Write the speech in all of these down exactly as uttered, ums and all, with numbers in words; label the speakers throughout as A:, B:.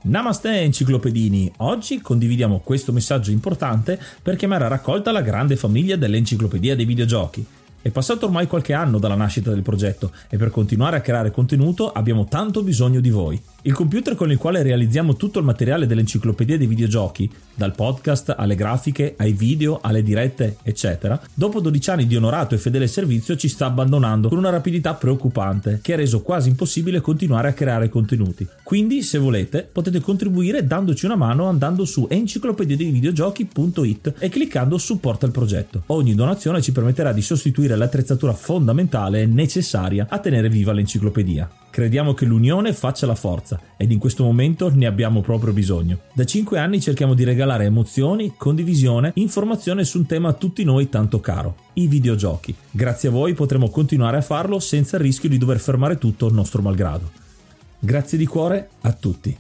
A: Namaste enciclopedini, oggi condividiamo questo messaggio importante per chiamare a raccolta la grande famiglia dell'Enciclopedia dei Videogiochi. È passato ormai qualche anno dalla nascita del progetto e per continuare a creare contenuto abbiamo tanto bisogno di voi. Il computer con il quale realizziamo tutto il materiale dell'Enciclopedia dei Videogiochi, dal podcast alle grafiche, ai video, alle dirette, eccetera, dopo dodici anni di onorato e fedele servizio ci sta abbandonando con una rapidità preoccupante che ha reso quasi impossibile continuare a creare contenuti. Quindi, se volete, potete contribuire dandoci una mano andando su enciclopedia dei videogiochi punto it e cliccando supporta il progetto. Ogni donazione ci permetterà di sostituire l'attrezzatura fondamentale e necessaria a tenere viva l'enciclopedia. Crediamo che l'unione faccia la forza ed in questo momento ne abbiamo proprio bisogno. Da cinque anni cerchiamo di regalare emozioni, condivisione, informazione su un tema a tutti noi tanto caro, i videogiochi. Grazie a voi potremo continuare a farlo senza il rischio di dover fermare tutto nostro malgrado. Grazie di cuore a tutti.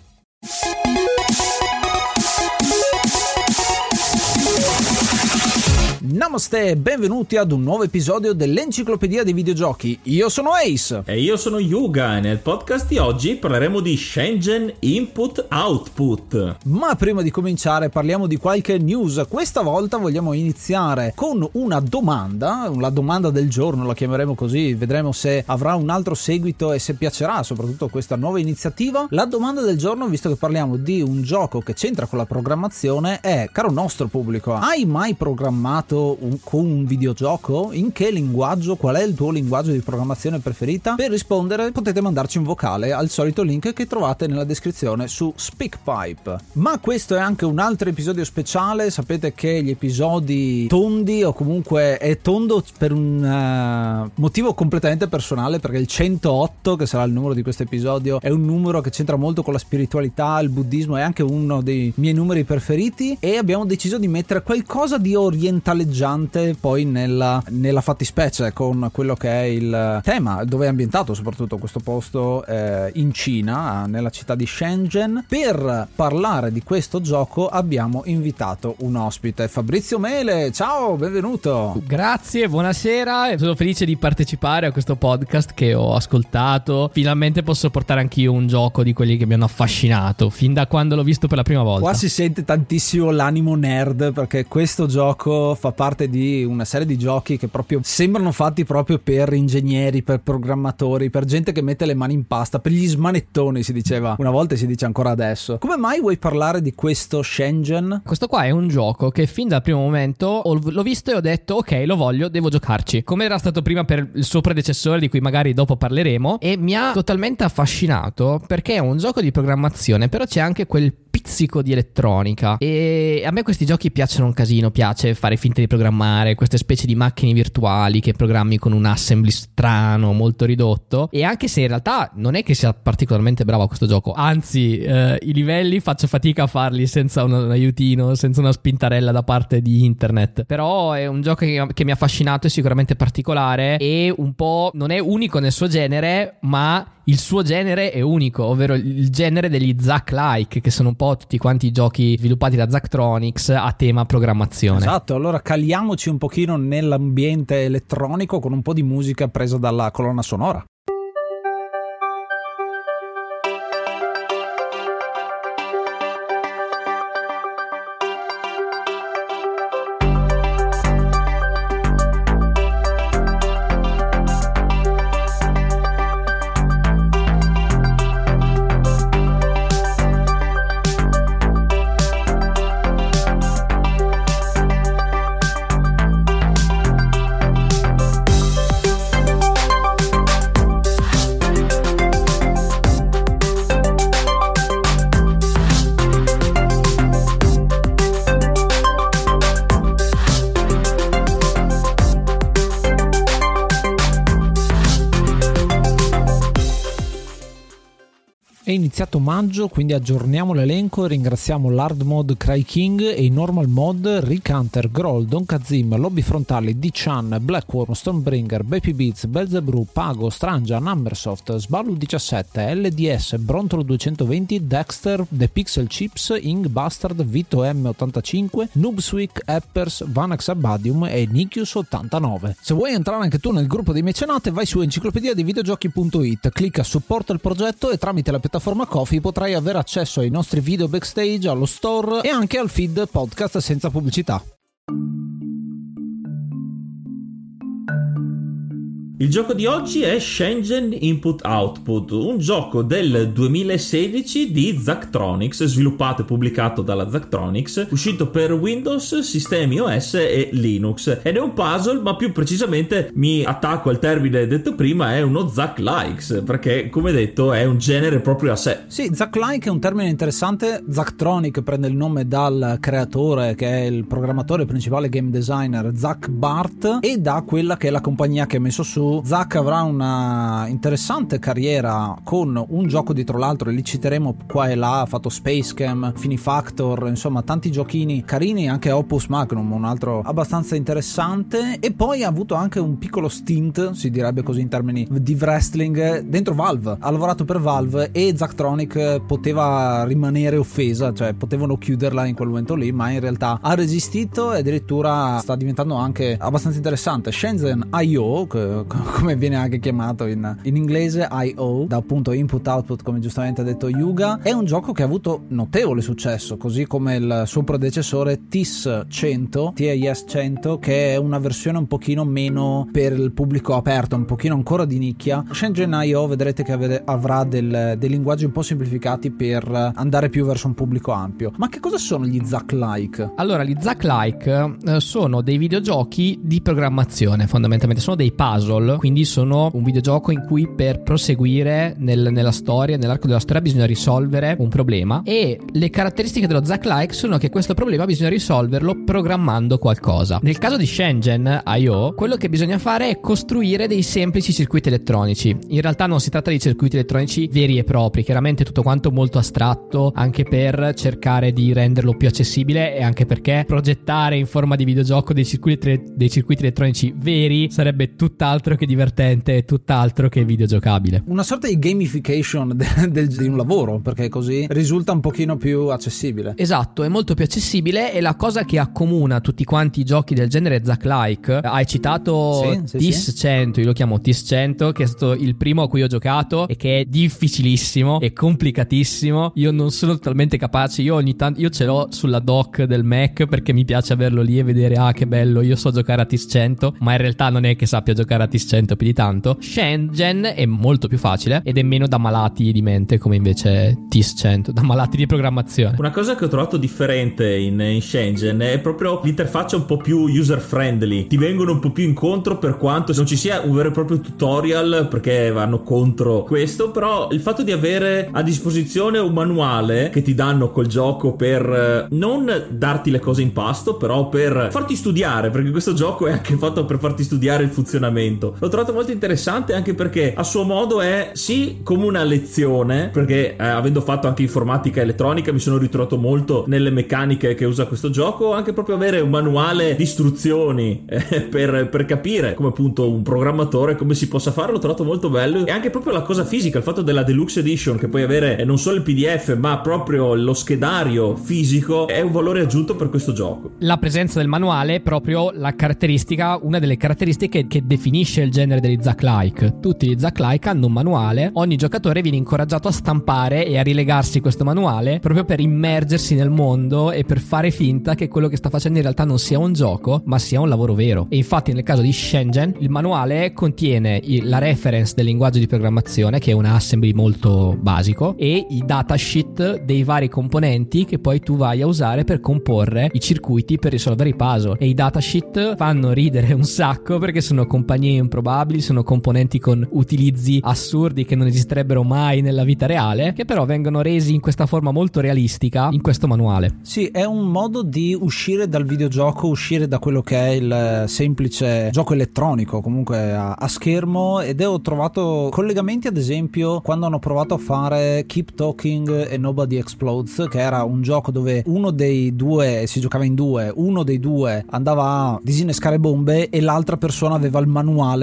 B: Namaste, benvenuti ad un nuovo episodio dell'Enciclopedia dei Videogiochi. Io sono Ace.
A: E io sono Yuga e nel podcast di oggi parleremo di Shenzhen Input Output.
B: Ma prima di cominciare parliamo di qualche news. Questa volta vogliamo iniziare con una domanda, la domanda del giorno, la chiameremo così, vedremo se avrà un altro seguito e se piacerà soprattutto questa nuova iniziativa. La domanda del giorno, visto che parliamo di un gioco che c'entra con la programmazione, è: caro nostro pubblico, hai mai programmato Un, con un videogioco? In che linguaggio? Qual è il tuo linguaggio di programmazione preferita? Per rispondere potete mandarci un vocale al solito link che trovate nella descrizione su SpeakPipe. Ma questo è anche un altro episodio speciale. Sapete che gli episodi tondi, o comunque è tondo per un uh, motivo completamente personale, perché il centootto, che sarà il numero di questo episodio, è un numero che c'entra molto con la spiritualità, il buddismo, è anche uno dei miei numeri preferiti e abbiamo deciso di mettere qualcosa di orientale poi nella, nella fattispecie, con quello che è il tema, dove è ambientato soprattutto questo posto eh, in Cina, nella città di Shenzhen. Per parlare di questo gioco abbiamo invitato un ospite, Fabrizio Mele. Ciao, benvenuto.
C: Grazie, buonasera, sono felice di partecipare a questo podcast che ho ascoltato. Finalmente posso portare anch'io un gioco di quelli che mi hanno affascinato fin da quando l'ho visto per la prima volta.
B: Qua si sente tantissimo l'animo nerd, perché questo gioco fa parte di una serie di giochi che proprio sembrano fatti proprio per ingegneri, per programmatori, per gente che mette le mani in pasta, per gli smanettoni si diceva una volta e si dice ancora adesso. Come mai vuoi parlare di questo Shenzhen?
C: Questo qua è un gioco che fin dal primo momento l'ho visto e ho detto ok, lo voglio, devo giocarci, come era stato prima per il suo predecessore di cui magari dopo parleremo, e mi ha totalmente affascinato perché è un gioco di programmazione, però c'è anche quel pizzico di elettronica e a me questi giochi piacciono un casino, piace fare finta di programmare, queste specie di macchine virtuali che programmi con un assembly strano, molto ridotto. E anche se in realtà non è che sia particolarmente bravo a questo gioco, anzi eh, i livelli faccio fatica a farli senza un, un aiutino, senza una spintarella da parte di internet, però è un gioco che, che mi ha affascinato, è sicuramente particolare e un po' non è unico nel suo genere, ma il suo genere è unico, ovvero il genere degli Zack-like, che sono un po' tutti quanti i giochi sviluppati da Zachtronics a tema programmazione.
B: Esatto, allora caliamoci un pochino nell'ambiente elettronico con un po' di musica presa dalla colonna sonora. È iniziato maggio, quindi aggiorniamo l'elenco e ringraziamo l'hard mod Cry King e i normal mod Rick Hunter, Groll, Don Kazim, Lobby Frontali, D-Chan, Blackworm, Stormbringer, Baby Beats, Belzebrew, Pago, Strangia, Numbersoft, Sballu diciassette, L D S, Brontolo duecentoventi, Dexter, The Pixel Chips, Ing Bastard, Vito M ottantacinque, Noobswick, Eppers, Vanax Abadium e Nikius ottantanove. Se vuoi entrare anche tu nel gruppo dei mecenate, vai su enciclopedia dei videogiochi punto it, clicca supporta il progetto e tramite la piattaforma piattaforma Ko-fi potrai avere accesso ai nostri video backstage, allo store e anche al feed podcast senza pubblicità.
A: Il gioco di oggi è Shenzhen Input Output, un gioco del duemilasedici di Zachtronics, sviluppato e pubblicato dalla Zachtronics, uscito per Windows, sistemi O S e Linux, ed è un puzzle, ma più precisamente mi attacco al termine detto prima, è uno Zach-likes, perché come detto è un genere proprio a sé.
B: Sì, Zach-like è un termine interessante. Zachtronic prende il nome dal creatore, che è il programmatore principale, game designer Zach Bart, e da quella che è la compagnia che ha messo su. Zach avrà una interessante carriera con un gioco dietro l'altro, e li citeremo qua e là. Ha fatto Spacecam, Finifactor, insomma tanti giochini carini, anche Opus Magnum, un altro abbastanza interessante, e poi ha avuto anche un piccolo stint, si direbbe così in termini di wrestling, dentro Valve. Ha lavorato per Valve e Zachtronic poteva rimanere offesa, cioè potevano chiuderla in quel momento lì, ma in realtà ha resistito e addirittura sta diventando anche abbastanza interessante. Shenzhen I O, che come viene anche chiamato in, in inglese, I O, da appunto input output, come giustamente ha detto Yuga, è un gioco che ha avuto notevole successo, così come il suo predecessore T I S cento, T I S cento, che è una versione un pochino meno per il pubblico aperto, un pochino ancora di nicchia. Shenzhen I O vedrete che avete, avrà del, dei linguaggi un po' semplificati per andare più verso un pubblico ampio. Ma che cosa sono gli Zach-like?
C: Allora, gli Zach-like eh, sono dei videogiochi di programmazione, fondamentalmente sono dei puzzle. Quindi sono un videogioco in cui per proseguire nel, nella storia, nell'arco della storia, bisogna risolvere un problema, e le caratteristiche dello Zach-like sono che questo problema bisogna risolverlo programmando qualcosa. Nel caso di Shenzhen I O, quello che bisogna fare è costruire dei semplici circuiti elettronici. In realtà non si tratta di circuiti elettronici veri e propri, chiaramente tutto quanto molto astratto, anche per cercare di renderlo più accessibile, e anche perché progettare in forma di videogioco dei circuiti, dei circuiti elettronici veri sarebbe tutt'altro che divertente e tutt'altro che videogiocabile.
B: Una sorta di gamification de, de, di un lavoro, perché così risulta un pochino più accessibile.
C: Esatto, è molto più accessibile, e la cosa che accomuna tutti quanti i giochi del genere Zach-like, hai citato
B: sì, sì,
C: T I S cento, io lo chiamo T I S cento, che è stato il primo a cui ho giocato e che è difficilissimo e complicatissimo. Io non sono totalmente capace, io ogni tanto io ce l'ho sulla dock del Mac perché mi piace averlo lì e vedere ah che bello, io so giocare a T I S cento, ma in realtà non è che sappia giocare a T I S cento più di tanto. Shenzhen è molto più facile ed è meno da malati di mente, come invece T I S cento, da malati di programmazione.
A: Una cosa che ho trovato differente in, in Shenzhen è proprio l'interfaccia un po' più user friendly. Ti vengono un po' più incontro, per quanto non ci sia un vero e proprio tutorial, perché vanno contro questo, però il fatto di avere a disposizione un manuale che ti danno col gioco per non darti le cose in pasto, però per farti studiare, perché questo gioco è anche fatto per farti studiare il funzionamento. L'ho trovato molto interessante, anche perché a suo modo è sì come una lezione, perché eh, avendo fatto anche informatica elettronica mi sono ritrovato molto nelle meccaniche che usa questo gioco, anche proprio avere un manuale di istruzioni eh, per, per capire come appunto un programmatore come si possa fare. L'ho trovato molto bello, e anche proprio la cosa fisica, il fatto della Deluxe Edition, che puoi avere eh, non solo il P D F ma proprio lo schedario fisico, è un valore aggiunto per questo gioco.
C: La presenza del manuale è proprio la caratteristica, una delle caratteristiche che definisce il genere degli Zach-like. Tutti gli Zach-like hanno un manuale, ogni giocatore viene incoraggiato a stampare e a rilegarsi questo manuale proprio per immergersi nel mondo e per fare finta che quello che sta facendo in realtà non sia un gioco ma sia un lavoro vero. E infatti nel caso di Shenzhen il manuale contiene la reference del linguaggio di programmazione, che è un assembly molto basico, e i datasheet dei vari componenti che poi tu vai a usare per comporre i circuiti per risolvere i puzzle. E i datasheet fanno ridere un sacco perché sono compagnie improbabili, sono componenti con utilizzi assurdi che non esisterebbero mai nella vita reale, che però vengono resi in questa forma molto realistica in questo manuale.
B: Sì, è un modo di uscire dal videogioco, uscire da quello che è il semplice gioco elettronico, comunque a, a schermo, ed ho trovato collegamenti ad esempio quando hanno provato a fare Keep Talking e Nobody Explodes, che era un gioco dove uno dei due, si giocava in due, uno dei due andava a disinnescare bombe e l'altra persona aveva il manuale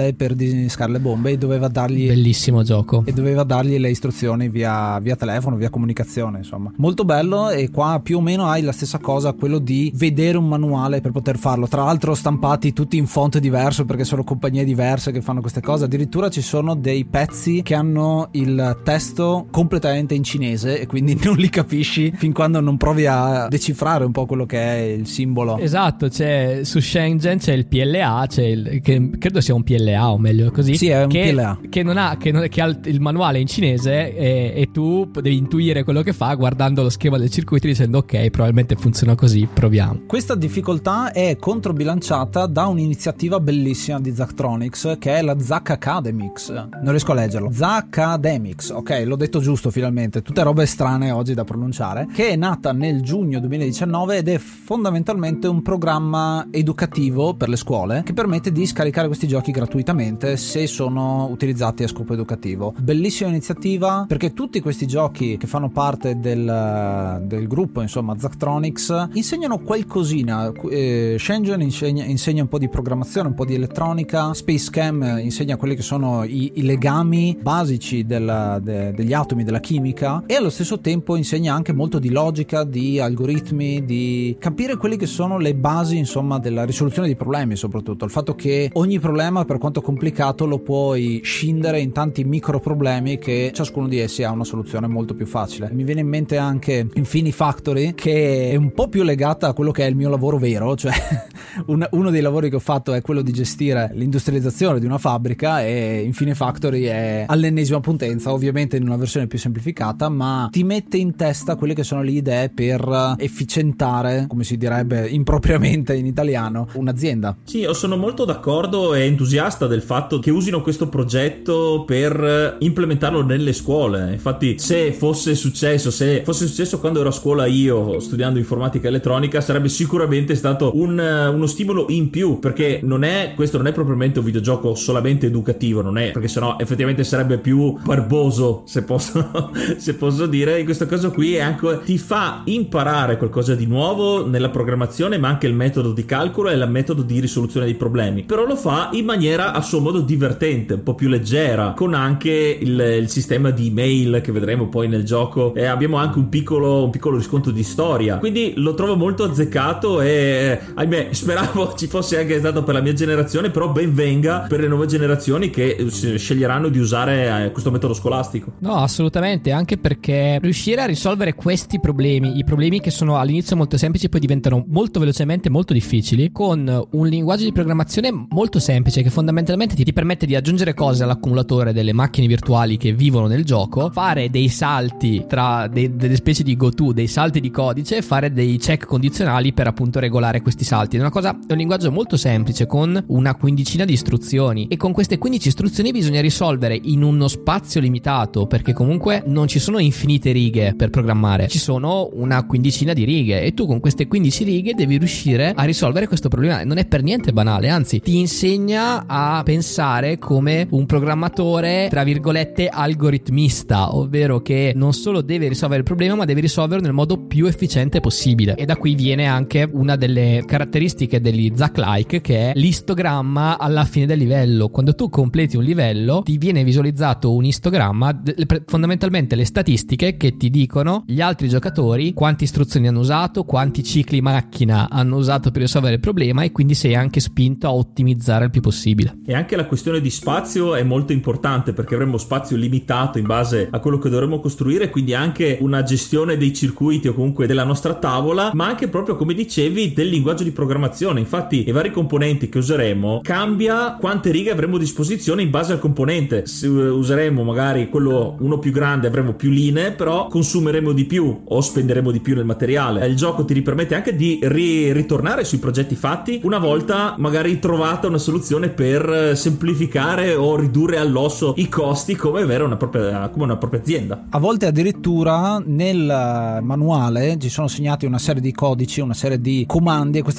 B: manuale per disinnescare le bombe e doveva dargli
C: bellissimo gioco
B: e doveva dargli le istruzioni via, via telefono, via comunicazione, insomma molto bello. E qua più o meno hai la stessa cosa, quello di vedere un manuale per poter farlo, tra l'altro stampati tutti in font diverso perché sono compagnie diverse che fanno queste cose. Addirittura ci sono dei pezzi che hanno il testo completamente in cinese e quindi non li capisci fin quando non provi a decifrare un po' quello che è il simbolo.
C: Esatto, c'è su Shenzhen c'è il P L A, c'è il, che credo sia un P L A o meglio così.
B: Sì, è un
C: che,
B: P L A
C: che non ha che, non, che ha il manuale in cinese e, e tu devi intuire quello che fa guardando lo schema del circuito dicendo ok, probabilmente funziona così, proviamo.
B: Questa difficoltà è controbilanciata da un'iniziativa bellissima di Zachtronics che è la Zach Academics. Non riesco a leggerlo. Zacademics, ok, l'ho detto giusto finalmente, tutte robe strane oggi da pronunciare, che è nata nel giugno duemiladiciannove ed è fondamentalmente un programma educativo per le scuole che permette di scaricare questi giochi gratuitamente se sono utilizzati a scopo educativo. Bellissima iniziativa perché tutti questi giochi che fanno parte del, del gruppo, insomma Zachtronics, insegnano qualcosina. eh, Shenzhen insegna, insegna un po' di programmazione, un po' di elettronica, Space Cam insegna quelli che sono i, i legami basici del, de, degli atomi, della chimica, e allo stesso tempo insegna anche molto di logica, di algoritmi, di capire quelli che sono le basi, insomma, della risoluzione di problemi, soprattutto il fatto che ogni problema, per quanto complicato, lo puoi scindere in tanti micro problemi che ciascuno di essi ha una soluzione molto più facile. Mi viene in mente anche Infinifactory, che è un po' più legata a quello che è il mio lavoro vero, cioè un, uno dei lavori che ho fatto è quello di gestire l'industrializzazione di una fabbrica, e Infinifactory è all'ennesima potenza, ovviamente in una versione più semplificata, ma ti mette in testa quelle che sono le idee per efficientare, come si direbbe impropriamente in italiano, un'azienda.
A: Sì, io sono molto d'accordo e entusiasta del fatto che usino questo progetto per implementarlo nelle scuole. Infatti, se fosse successo, se fosse successo quando ero a scuola io studiando informatica e elettronica, sarebbe sicuramente stato un, uno stimolo in più, perché non è questo non è propriamente un videogioco solamente educativo, non è, perché sennò effettivamente sarebbe più barboso, se posso, se posso dire. In questo caso qui è anche, ti fa imparare qualcosa di nuovo nella programmazione, ma anche il metodo di calcolo e il metodo di risoluzione dei problemi, però lo fa in maniera a suo modo divertente, un po' più leggera, con anche il, il sistema di email che vedremo poi nel gioco, e abbiamo anche un piccolo, un piccolo riscontro di storia, quindi lo trovo molto azzeccato e ahimè speravo ci fosse anche stato per la mia generazione, però ben venga per le nuove generazioni che sceglieranno di usare questo metodo scolastico.
C: No, assolutamente, anche perché riuscire a risolvere questi problemi, i problemi che sono all'inizio molto semplici poi diventano molto velocemente molto difficili, con un linguaggio di programmazione molto semplice che fondamentalmente ti, ti permette di aggiungere cose all'accumulatore delle macchine virtuali che vivono nel gioco, fare dei salti tra dei, delle specie di go-to, dei salti di codice, e fare dei check condizionali per appunto regolare questi salti. È una cosa, è un linguaggio molto semplice con una quindicina di istruzioni, e con queste quindici istruzioni bisogna risolvere in uno spazio limitato, perché comunque non ci sono infinite righe per programmare, ci sono una quindicina di righe, e tu con queste quindici righe devi riuscire a risolvere questo problema. Non è per niente banale, anzi ti insegna a pensare come un programmatore tra virgolette algoritmista, ovvero che non solo deve risolvere il problema ma deve risolverlo nel modo più efficiente possibile. E da qui viene anche una delle caratteristiche degli Zach-like, che è l'istogramma alla fine del livello. Quando tu completi un livello ti viene visualizzato un istogramma, fondamentalmente le statistiche che ti dicono gli altri giocatori quante istruzioni hanno usato, quanti cicli macchina hanno usato per risolvere il problema, e quindi sei anche spinto a ottimizzare il più possibile.
A: E anche la questione di spazio è molto importante, perché avremo spazio limitato in base a quello che dovremo costruire, quindi anche una gestione dei circuiti o comunque della nostra tavola, ma anche proprio, come dicevi, del linguaggio di programmazione. Infatti i vari componenti che useremo cambia quante righe avremo a disposizione in base al componente. Se useremo magari quello uno più grande avremo più linee, però consumeremo di più o spenderemo di più nel materiale. Il gioco ti permette anche di ri- ritornare sui progetti fatti una volta magari trovata una soluzione per semplificare o ridurre all'osso i costi, come avere una propria, come una propria azienda.
B: A volte addirittura nel manuale ci sono segnati una serie di codici, una serie di comandi, e questa l'ho trovata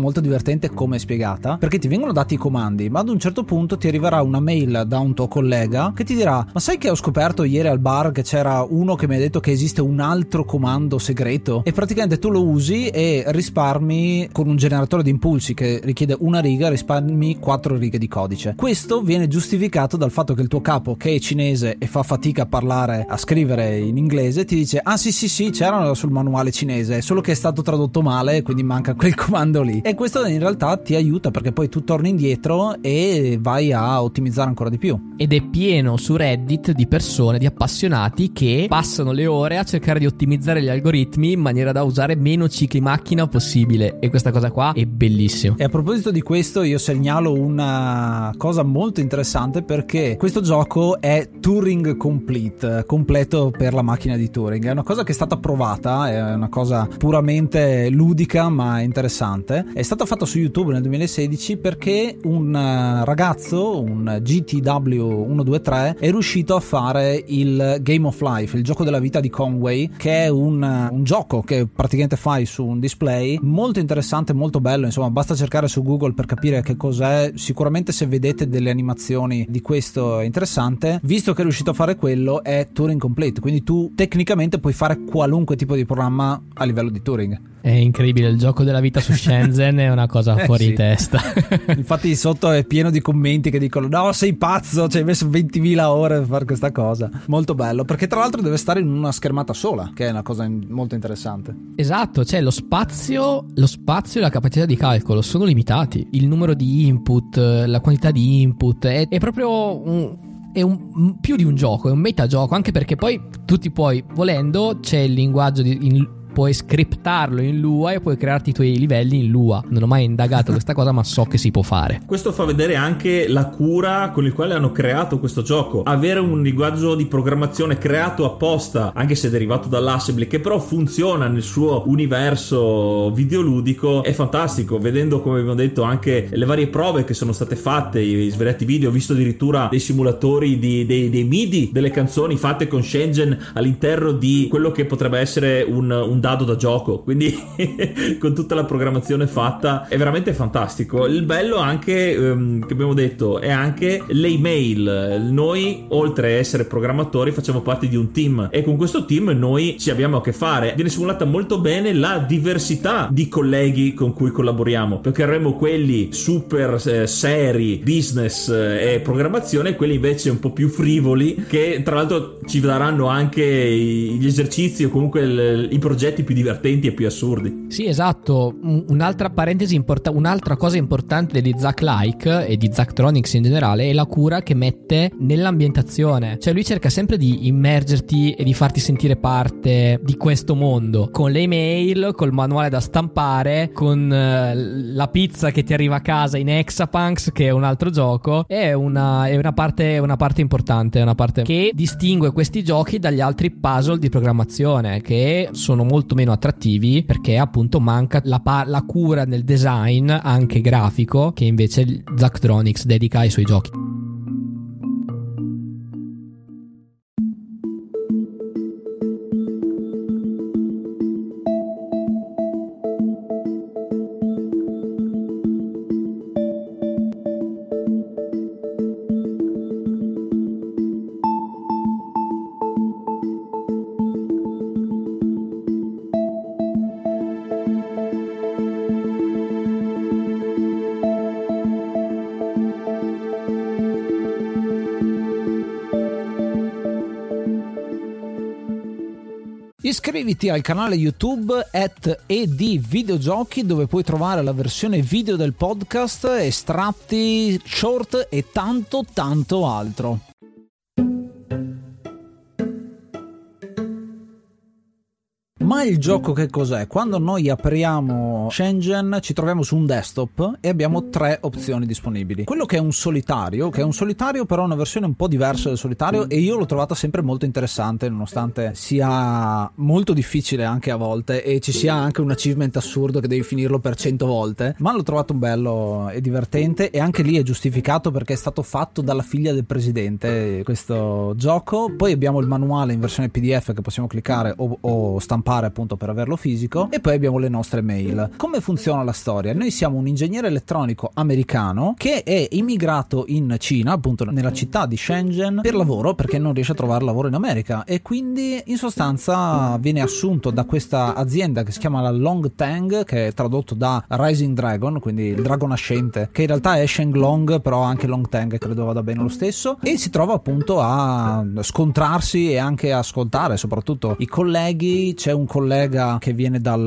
B: molto divertente come è spiegata, perché ti vengono dati i comandi, ma ad un certo punto ti arriverà una mail da un tuo collega che ti dirà: ma sai che ho scoperto ieri al bar che c'era uno che mi ha detto che esiste un altro comando segreto? E praticamente tu lo usi e risparmi, con un generatore di impulsi che richiede una riga, risparmi quattro righe di codice. Questo viene giustificato dal fatto che il tuo capo, che è cinese e fa fatica a parlare, a scrivere in inglese, ti dice: ah sì sì sì, c'erano sul manuale cinese, solo che è stato tradotto male, quindi manca quel comando lì. E questo in realtà ti aiuta, perché poi tu torni indietro e vai a ottimizzare ancora di più.
C: Ed è pieno su Reddit di persone, di appassionati che passano le ore a cercare di ottimizzare gli algoritmi in maniera da usare meno cicli macchina possibile, e questa cosa qua è bellissima.
B: E a proposito di questo io segnalo una cosa molto interessante, perché questo gioco è Turing Complete, completo per la macchina di Turing. È una cosa che è stata provata, è una cosa puramente ludica ma interessante. È stato fatto su YouTube nel duemilasedici perché un ragazzo, un G T W centodventitré, è riuscito a fare il Game of Life, il gioco della vita di Conway, che è un, un gioco che praticamente fai su un display, molto interessante, molto bello. Insomma, basta cercare su Google per capire che cos'è. Sicuramente se vedete delle animazioni di questo è interessante. Visto che è riuscito a fare quello, è Turing Complete, quindi tu tecnicamente puoi fare qualunque tipo di programma a livello di Turing.
C: È incredibile, il gioco della vita su Shenzhen è una cosa fuori
B: eh sì.
C: di testa.
B: Infatti sotto è pieno di commenti che dicono: no, sei pazzo, ci hai messo ventimila ore per fare questa cosa. Molto bello, perché tra l'altro deve stare in una schermata sola, che è una cosa molto interessante.
C: Esatto, cioè lo spazio lo spazio e la capacità di calcolo sono limitati. Il numero di input, la quantità di input è, è proprio un... è un, più di un gioco, è un metagioco, anche perché poi tu ti puoi, volendo, c'è il linguaggio di, in, puoi scriptarlo in Lua e puoi crearti i tuoi livelli in Lua. Non ho mai indagato questa cosa, ma so che si può fare.
A: Questo fa vedere anche la cura con il quale hanno creato questo gioco. Avere un linguaggio di programmazione creato apposta, anche se derivato dall'Assembly, che però funziona nel suo universo videoludico, è fantastico. Vedendo, come abbiamo detto, anche le varie prove che sono state fatte, i svariati video, ho visto addirittura dei simulatori di, dei, dei MIDI delle canzoni fatte con Shenzhen all'interno di quello che potrebbe essere un, un dado da gioco, quindi con tutta la programmazione fatta. È veramente fantastico. Il bello anche, ehm, che abbiamo detto, è anche le email. Noi, oltre a essere programmatori, facciamo parte di un team, e con questo team noi ci abbiamo a che fare. Viene simulata molto bene la diversità di colleghi con cui collaboriamo, perché avremo quelli super eh, seri, business eh, e programmazione, e quelli invece un po' più frivoli, che tra l'altro ci daranno anche gli esercizi o comunque il, i progetti più divertenti e più assurdi.
C: Sì, esatto. Un'altra parentesi importante, un'altra cosa importante di Zach-like e di Zachtronics in generale è la cura che mette nell'ambientazione. Cioè lui cerca sempre di immergerti e di farti sentire parte di questo mondo, con le email, col manuale da stampare, con uh, la pizza che ti arriva a casa in Hexapunks, che è un altro gioco. È una, è una parte, una parte importante, è una parte che distingue questi giochi dagli altri puzzle di programmazione, che sono molto meno attrattivi perché appunto manca la, pa- la cura nel design anche grafico che invece Zachtronics dedica ai suoi giochi.
B: Iscriviti al canale YouTube at edvideogiochi, dove puoi trovare la versione video del podcast, estratti, short e tanto tanto altro. Ma il gioco che cos'è? Quando noi apriamo Shenzhen ci troviamo su un desktop e abbiamo tre opzioni disponibili. Quello che è un solitario, che è un solitario però una versione un po' diversa del solitario, e io l'ho trovata sempre molto interessante, nonostante sia molto difficile anche a volte e ci sia anche un achievement assurdo che devi finirlo per cento volte, ma l'ho trovato bello e divertente, e anche lì è giustificato perché è stato fatto dalla figlia del presidente questo gioco. Poi abbiamo il manuale in versione P D F che possiamo cliccare o, o stampare appunto per averlo fisico, e poi abbiamo le nostre mail. Come funziona la storia? Noi siamo un ingegnere elettronico americano che è immigrato in Cina, appunto nella città di Shenzhen, per lavoro, perché non riesce a trovare lavoro in America, e quindi in sostanza viene assunto da questa azienda che si chiama la Long Tang, che è tradotto da Rising Dragon, quindi il drago nascente, che in realtà è Shenglong, però anche Long Tang credo vada bene lo stesso, e si trova appunto a scontrarsi e anche a ascoltare soprattutto i colleghi. C'è un collega che viene dal,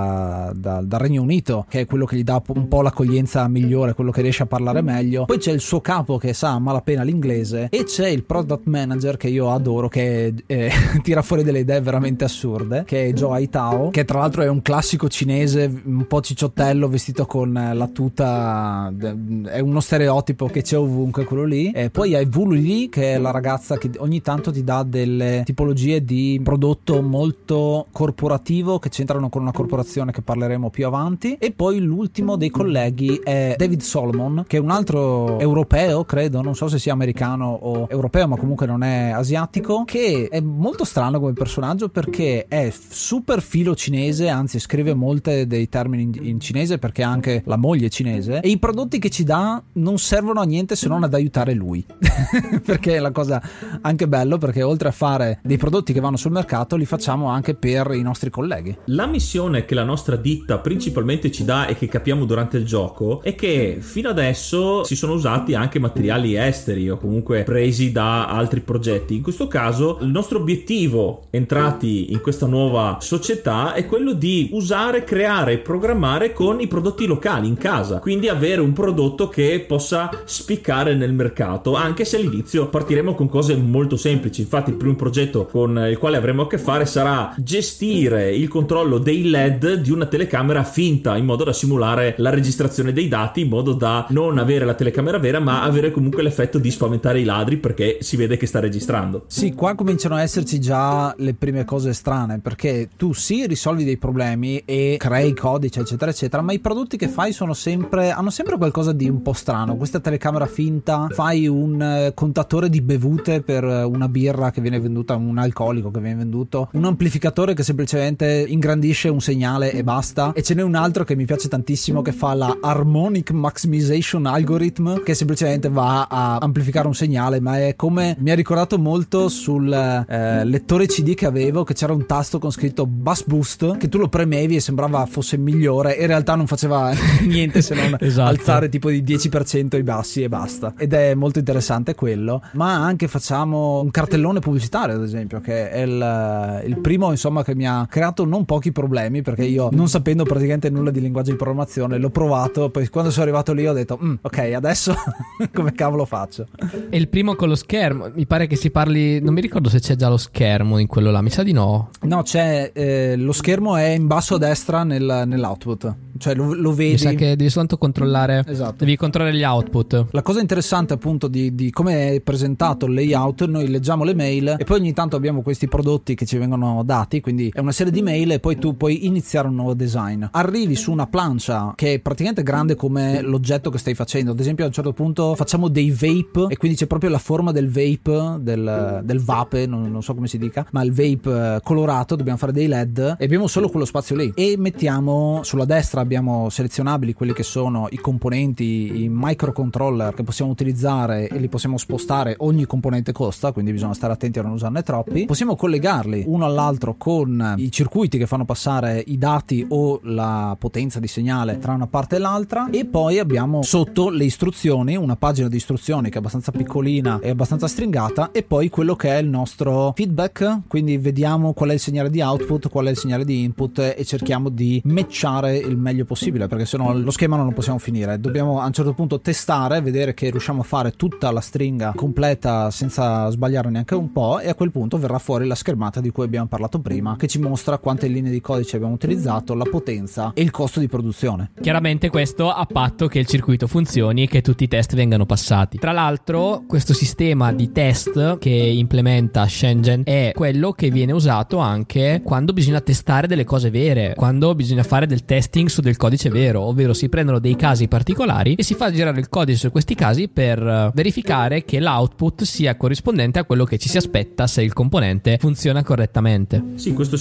B: dal, dal Regno Unito, che è quello che gli dà un po' l'accoglienza migliore, quello che riesce a parlare meglio. Poi c'è il suo capo che sa a malapena l'inglese, e c'è il product manager che io adoro, che eh, tira fuori delle idee veramente assurde, che è Joe Aitao, che tra l'altro è un classico cinese un po' cicciottello, vestito con la tuta, è uno stereotipo che c'è ovunque quello lì. E poi hai Vu Li, che è la ragazza che ogni tanto ti dà delle tipologie di prodotto molto corporativo che c'entrano con una corporazione che parleremo più avanti. E poi l'ultimo dei colleghi è David Solomon, che è un altro europeo, credo, non so se sia americano o europeo, ma comunque non è asiatico, che è molto strano come personaggio perché è super filo cinese, anzi scrive molte dei termini in, in cinese perché ha anche la moglie cinese, e i prodotti che ci dà non servono a niente se non ad aiutare lui perché è la cosa anche bello, perché oltre a fare dei prodotti che vanno sul mercato li facciamo anche per i nostri colleghi.
A: La missione che la nostra ditta principalmente ci dà e che capiamo durante il gioco è che fino adesso si sono usati anche materiali esteri o comunque presi da altri progetti. In questo caso il nostro obiettivo entrati in questa nuova società è quello di usare, creare e programmare con i prodotti locali in casa, quindi avere un prodotto che possa spiccare nel mercato, anche se all'inizio partiremo con cose molto semplici. Infatti il primo progetto con il quale avremo a che fare sarà gestire il controllo dei L E D di una telecamera finta, in modo da simulare la registrazione dei dati, in modo da non avere la telecamera vera ma avere comunque l'effetto di spaventare i ladri perché si vede che sta registrando.
B: Sì, qua cominciano a esserci già le prime cose strane, perché tu sì risolvi dei problemi e crei codice eccetera eccetera, ma i prodotti che fai sono sempre hanno sempre qualcosa di un po' strano. Questa telecamera finta, fai un eh, contatore di bevute per una birra che viene venduta, un alcolico che viene venduto, un amplificatore che semplicemente ingrandisce un segnale e basta, e ce n'è un altro che mi piace tantissimo che fa la Harmonic Maximization Algorithm, che semplicemente va a amplificare un segnale, ma è come mi ha ricordato molto sul eh, lettore C D che avevo, che c'era un tasto con scritto Bass Boost che tu lo premevi e sembrava fosse migliore, e in realtà non faceva niente se non esatto. alzare tipo di dieci per cento i bassi e basta, ed è molto interessante quello. Ma anche facciamo un cartellone pubblicitario, ad esempio, che è il, il primo insomma che mi ha creato non pochi problemi, perché io, non sapendo praticamente nulla di linguaggio di programmazione, l'ho provato, poi quando sono arrivato lì ho detto mm, ok, adesso come cavolo faccio?
C: E il primo con lo schermo, mi pare che si parli, non mi ricordo se c'è già lo schermo in quello là, mi sa di no.
B: No, c'è eh, lo schermo è in basso a destra nel, nell'output, cioè lo, lo vedi.
C: Mi sa che devi soltanto controllare, esatto. Devi controllare gli output.
B: La cosa interessante appunto di, di come è presentato il layout, noi leggiamo le mail e poi ogni tanto abbiamo questi prodotti che ci vengono dati, quindi è una serie di mail e poi tu puoi iniziare un nuovo design. Arrivi su una plancia che è praticamente grande come l'oggetto che stai facendo. Ad esempio a un certo punto facciamo dei vape e quindi c'è proprio la forma del vape, del, del vape, non, non so come si dica, ma il vape colorato, dobbiamo fare dei L E D e abbiamo solo quello spazio lì, e mettiamo sulla destra, abbiamo selezionabili quelli che sono i componenti, i microcontroller che possiamo utilizzare e li possiamo spostare. Ogni componente costa, quindi bisogna stare attenti a non usarne troppi. Possiamo collegarli uno all'altro con i circuiti che fanno passare i dati o la potenza di segnale tra una parte e l'altra, e poi abbiamo sotto le istruzioni, una pagina di istruzioni che è abbastanza piccolina e abbastanza stringata, e poi quello che è il nostro feedback, quindi vediamo qual è il segnale di output, qual è il segnale di input e cerchiamo di matchare il meglio possibile, perché sennò lo schema non lo possiamo finire. Dobbiamo a un certo punto testare, vedere che riusciamo a fare tutta la stringa completa senza sbagliare neanche un po', e a quel punto verrà fuori la schermata di cui abbiamo parlato prima, che ci mostra quante linee di codice abbiamo utilizzato, la potenza e il costo di produzione.
C: Chiaramente questo a patto che il circuito funzioni e che tutti i test vengano passati. Tra l'altro questo sistema di test che implementa Shenzhen è quello che viene usato anche quando bisogna testare delle cose vere, quando bisogna fare del testing su del codice vero, ovvero si prendono dei casi particolari e si fa girare il codice su questi casi per verificare che l'output sia corrispondente a quello che ci si aspetta se il componente funziona correttamente.
A: Sì, questo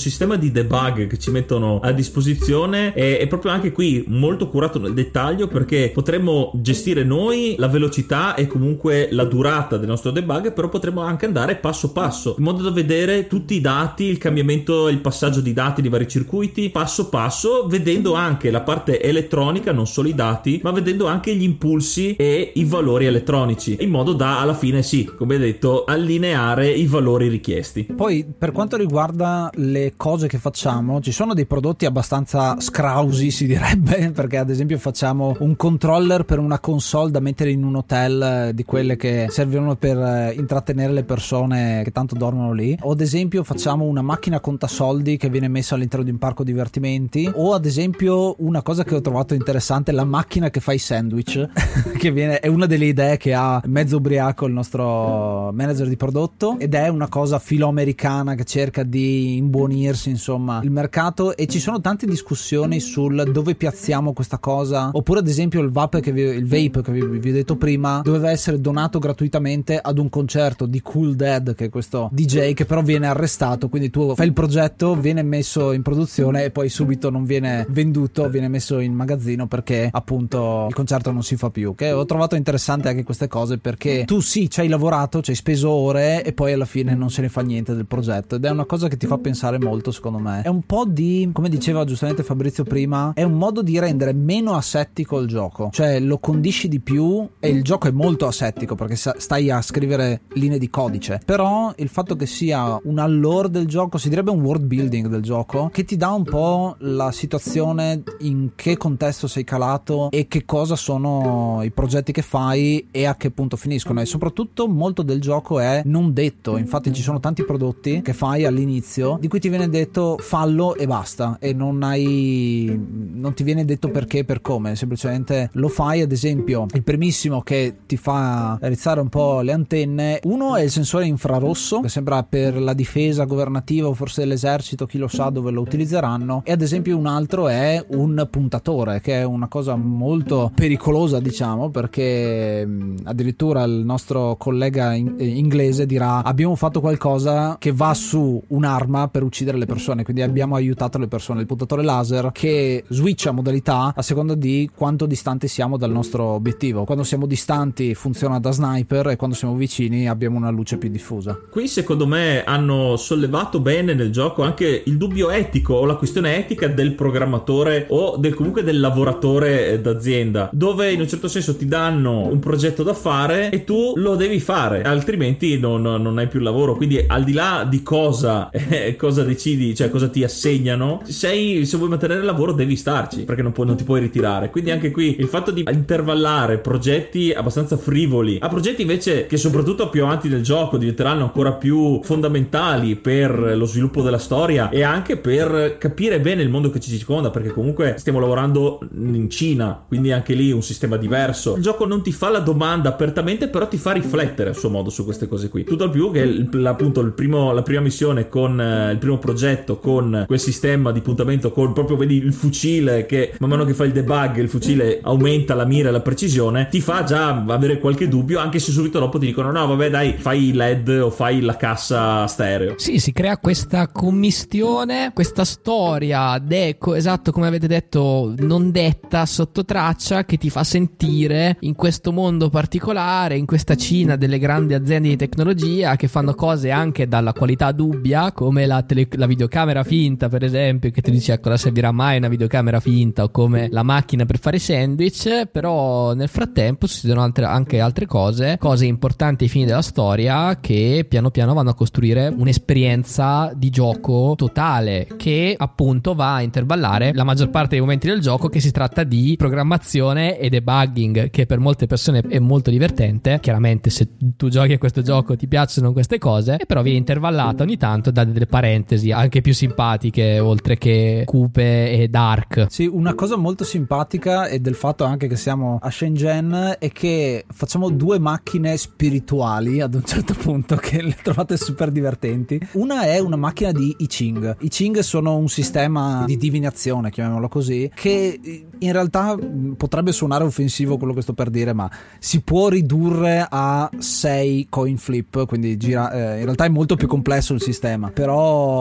A: sistema di debug che ci mettono a disposizione è, è proprio anche qui molto curato nel dettaglio, perché potremmo gestire noi la velocità e comunque la durata del nostro debug, però potremmo anche andare passo passo, in modo da vedere tutti i dati, il cambiamento, il passaggio di dati di vari circuiti passo passo, vedendo anche la parte elettronica, non solo i dati, ma vedendo anche gli impulsi e i valori elettronici, in modo da alla fine, sì, come detto, allineare i valori richiesti.
B: Poi per quanto riguarda le cose che facciamo, ci sono dei prodotti abbastanza scrausi, si direbbe, perché ad esempio facciamo un controller per una console da mettere in un hotel, di quelle che servono per intrattenere le persone che tanto dormono lì, o ad esempio facciamo una macchina contasoldi che viene messa all'interno di un parco divertimenti, o ad esempio una cosa che ho trovato interessante, la macchina che fa i sandwich che viene, è una delle idee che ha mezzo ubriaco il nostro manager di prodotto, ed è una cosa filoamericana che cerca di imbuonirsi insomma il mercato, e ci sono tante discussioni sul dove piazziamo questa cosa. Oppure ad esempio il vape che vi, il vape che vi, vi ho detto prima doveva essere donato gratuitamente ad un concerto di Cool Dead, che è questo D J che però viene arrestato, quindi tu fai il progetto, viene messo in produzione e poi subito non viene venduto, viene messo in magazzino perché appunto il concerto non si fa più. Che ho trovato interessante anche queste cose, perché tu sì ci hai lavorato, ci hai speso ore e poi alla fine non se ne fa niente del progetto, ed è una cosa che ti fa pensare molto, secondo me. È un po' di, come diceva giustamente Fabrizio prima, è un modo di rendere meno asettico il gioco, cioè lo condisci di più, e il gioco è molto asettico perché stai a scrivere linee di codice, però il fatto che sia un allure del gioco, si direbbe un world building del gioco, che ti dà un po' la situazione, in che contesto sei calato e che cosa sono i progetti che fai e a che punto finiscono. E soprattutto molto del gioco è non detto, infatti ci sono tanti prodotti che fai all'inizio di cui ti viene detto fallo e basta, e non hai non ti viene detto perché, per come, semplicemente lo fai. Ad esempio il primissimo che ti fa rizzare un po' le antenne, uno è il sensore infrarosso, che sembra per la difesa governativa o forse dell'esercito, chi lo sa dove lo utilizzeranno, e ad esempio un altro è un puntatore, che è una cosa molto pericolosa, diciamo, perché addirittura il nostro collega in- inglese dirà abbiamo fatto qualcosa che va su un'arma per uccidere le persone, quindi abbiamo aiutato le persone. Il puntatore laser che switcha modalità a seconda di quanto distanti siamo dal nostro obiettivo. Quando siamo distanti funziona da sniper, e quando siamo vicini abbiamo una luce più diffusa.
A: Qui secondo me hanno sollevato bene nel gioco anche il dubbio etico, o la questione etica del programmatore o del comunque del lavoratore d'azienda, dove in un certo senso ti danno un progetto da fare e tu lo devi fare, altrimenti non, non hai più lavoro. Quindi al di là di cosa eh, cosa decidi, cioè cosa ti assegnano, sei, se vuoi mantenere il lavoro devi starci, perché non, puoi, non ti puoi ritirare. Quindi anche qui il fatto di intervallare progetti abbastanza frivoli a progetti invece che soprattutto più avanti nel gioco diventeranno ancora più fondamentali per lo sviluppo della storia e anche per capire bene il mondo che ci circonda, perché comunque stiamo lavorando in Cina, quindi anche lì un sistema diverso. Il gioco non ti fa la domanda apertamente, però ti fa riflettere a suo modo su queste cose qui, tutto al più che il, appunto il primo, la prima missione con eh, il primo progetto con quel sistema di puntamento, con proprio vedi il fucile che man mano che fa il debug il fucile aumenta la mira e la precisione, ti fa già avere qualche dubbio, anche se subito dopo ti dicono no vabbè dai fai i L E D o fai la cassa stereo.
C: Sì, si crea questa commistione, questa storia deco, esatto come avete detto, non detta, sotto traccia, che ti fa sentire in questo mondo particolare, in questa Cina delle grandi aziende di tecnologia che fanno cose anche dalla qualità dubbia, come la, tele- la videocamera finta per esempio, che ti dici a cosa servirà mai una videocamera finta, o come la macchina per fare sandwich. Però nel frattempo succedono altre, anche altre cose, cose importanti ai fini della storia, che piano piano vanno a costruire un'esperienza di gioco totale, che appunto va a intervallare la maggior parte dei momenti del gioco, che si tratta di programmazione e debugging, che per molte persone è molto divertente. Chiaramente se tu giochi a questo gioco ti piacciono queste cose, e però viene intervallata ogni tanto da delle parentesi anche più simpatiche, oltre che cupe e dark.
B: Sì, una cosa molto simpatica è del fatto anche che siamo a Shenzhen e che facciamo due macchine spirituali ad un certo punto, che le trovate super divertenti. Una è una macchina di I Ching. I Ching sono un sistema di divinazione, chiamiamolo così, che in realtà potrebbe suonare offensivo quello che sto per dire, ma si può ridurre a sei coin flip, quindi gira, eh, in realtà è molto più complesso il sistema, però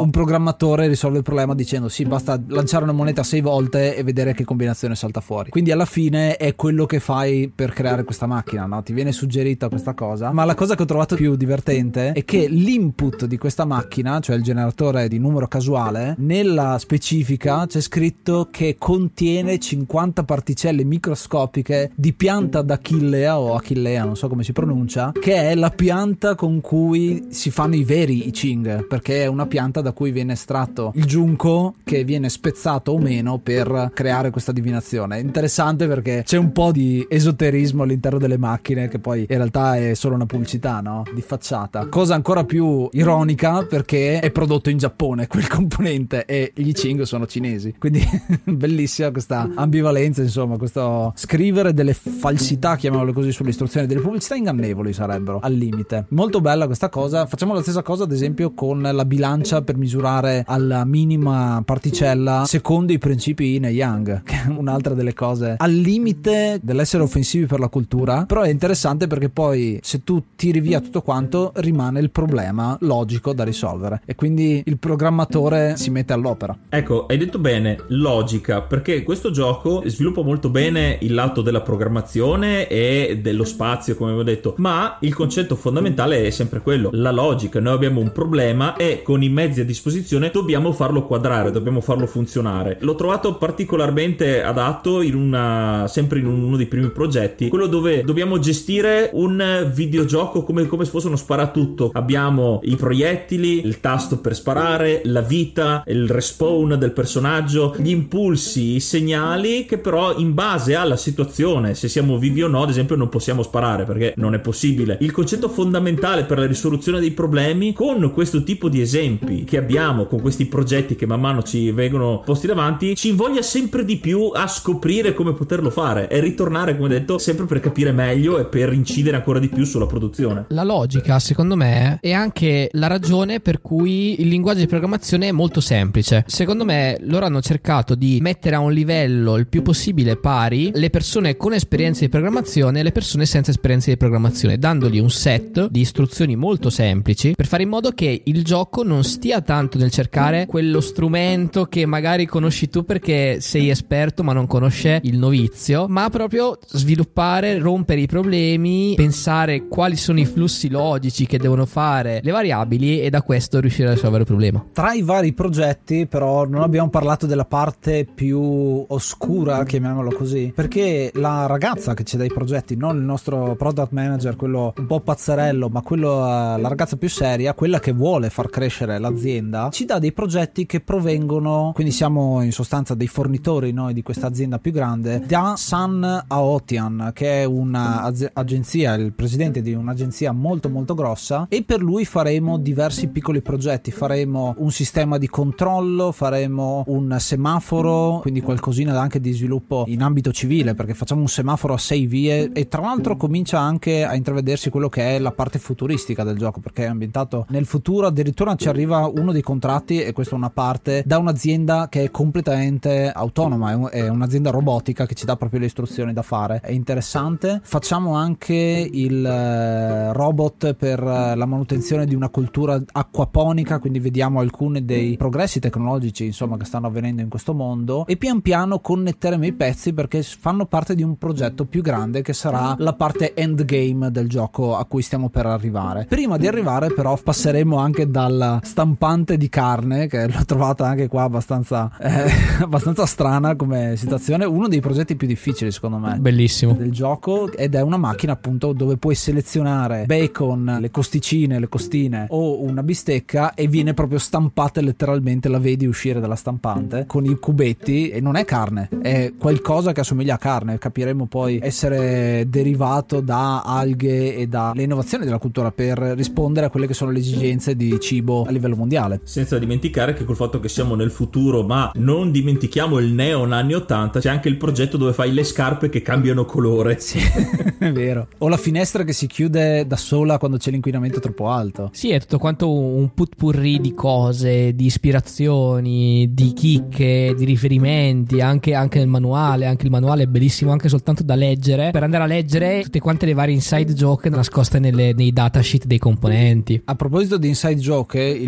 B: un programmatore risolve il problema dicendo sì, basta lanciare una moneta sei volte e vedere che combinazione salta fuori. Quindi alla fine è quello che fai per creare questa macchina, no? Ti viene suggerita questa cosa, ma la cosa che ho trovato più divertente è che l'input di questa macchina, cioè il generatore di numero casuale, nella specifica c'è scritto che contiene cinquanta particelle microscopiche di pianta d'Achillea o Achillea, non so come si pronuncia, che è la pianta con cui si fanno i veri I Ching, perché è una pianta da cui viene estratto il giunco che viene spezzato o meno per creare questa divinazione. Interessante perché c'è un po' di esoterismo all'interno delle macchine che poi in realtà è solo una pubblicità, no? Di facciata. Cosa ancora più ironica perché è prodotto in Giappone quel componente e gli I Ching sono cinesi, quindi bellissima questa ambivalenza, insomma, questo scrivere delle falsità, chiamiamole così, sulle istruzioni, delle pubblicità ingannevoli sarebbero al limite. Molto bella questa cosa. Facciamo la stessa cosa ad esempio con la bilancia per misurare alla minima particella secondo i principi Yin e Yang, che è un'altra delle cose al limite dell'essere offensivi per la cultura, però è interessante perché poi se tu tiri via tutto quanto rimane il problema logico da risolvere e quindi il programmatore si mette all'opera.
A: Ecco, hai detto bene, logica, perché questo gioco sviluppa molto bene il lato della programmazione e dello spazio, come avevo detto, ma il concetto fondamentale è sempre quello, la logica. Noi abbiamo un problema e con i mezzi a disposizione dobbiamo farlo quadrare, dobbiamo farlo funzionare. L'ho trovato particolarmente adatto in una sempre in uno dei primi progetti, quello dove dobbiamo gestire un videogioco come, come se fosse uno sparatutto. Abbiamo i proiettili, il tasto per sparare, la vita, il respawn del personaggio, gli impulsi, i segnali che però in base alla situazione, se siamo vivi o no, ad esempio non possiamo sparare perché non è possibile. Il concetto fondamentale per la risoluzione dei problemi con questo tipo di esempi che abbiamo, con questi progetti che man mano ci vengono posti davanti, ci invoglia sempre di più a scoprire come poterlo fare e ritornare, come detto, sempre per capire meglio e per incidere ancora di più sulla produzione.
C: La logica, secondo me, è anche la ragione per cui il linguaggio di programmazione è molto semplice. Secondo me loro hanno cercato di mettere a un livello il più possibile pari le persone con esperienze di programmazione e le persone senza esperienze di programmazione, dandogli un set di istruzioni molto semplici per fare in modo che il gioco non stia tanto nel cercare quello strumento che magari conosci tu perché sei esperto ma non conosce il novizio, ma proprio sviluppare, rompere i problemi, pensare quali sono i flussi logici che devono fare le variabili e da questo riuscire a risolvere il problema.
B: Tra i vari progetti però non abbiamo parlato della parte più oscura, chiamiamolo così, perché la ragazza che c'è dai progetti, non il nostro product manager, quello un po' pazzerello, ma quello, uh, la ragazza più seria, quella che vuole far crescere l'azienda, ci dà dei progetti che provengono, quindi siamo in sostanza dei fornitori noi di questa azienda più grande, da Sun Aotian, che è un'agenzia, il presidente di un'agenzia molto molto grossa, e per lui faremo diversi piccoli progetti. Faremo un sistema di controllo, faremo un semaforo, quindi qualcosina anche di sviluppo in ambito civile, perché facciamo un semaforo a sei vie e tra l'altro comincia anche a intravedersi quello che è la parte futuristica del gioco, perché è ambientato nel futuro. Addirittura ci arriva uno dei contratti, e questa è una parte, da un'azienda che è completamente autonoma, è, un, è un'azienda robotica che ci dà proprio le istruzioni da fare. È interessante. Facciamo anche il eh, robot per eh, la manutenzione di una cultura acquaponica, quindi vediamo alcuni dei progressi tecnologici insomma che stanno avvenendo in questo mondo, e pian piano connetteremo i pezzi perché fanno parte di un progetto più grande che sarà la parte endgame del gioco a cui stiamo per arrivare. Prima di arrivare però passeremo anche dalla stampante di carne, che l'ho trovata anche qua abbastanza eh, abbastanza strana come situazione, uno dei progetti più difficili secondo me
C: bellissimo
B: del gioco, ed è una macchina appunto dove puoi selezionare bacon, le costicine, le costine o una bistecca e viene proprio stampata letteralmente, la vedi uscire dalla stampante con i cubetti, e non è carne, è qualcosa che assomiglia a carne, capiremo poi essere derivato da alghe e dalle innovazioni della cultura per rispondere a quelle che sono le esigenze di cibo a livello mondiale.
A: Senza dimenticare che col fatto che siamo nel futuro, ma non dimentichiamo il neon anni ottanta, c'è anche il progetto dove fai le scarpe che cambiano colore.
B: Sì, è vero. O la finestra che si chiude da sola quando c'è l'inquinamento troppo alto.
C: Sì, è tutto quanto un putpurri di cose, di ispirazioni, di chicche, di riferimenti, anche, anche nel manuale. Anche il manuale è bellissimo anche soltanto da leggere, per andare a leggere tutte quante le varie inside joke nascoste nelle, nei datasheet dei componenti.
B: A proposito di inside joke, il progetto che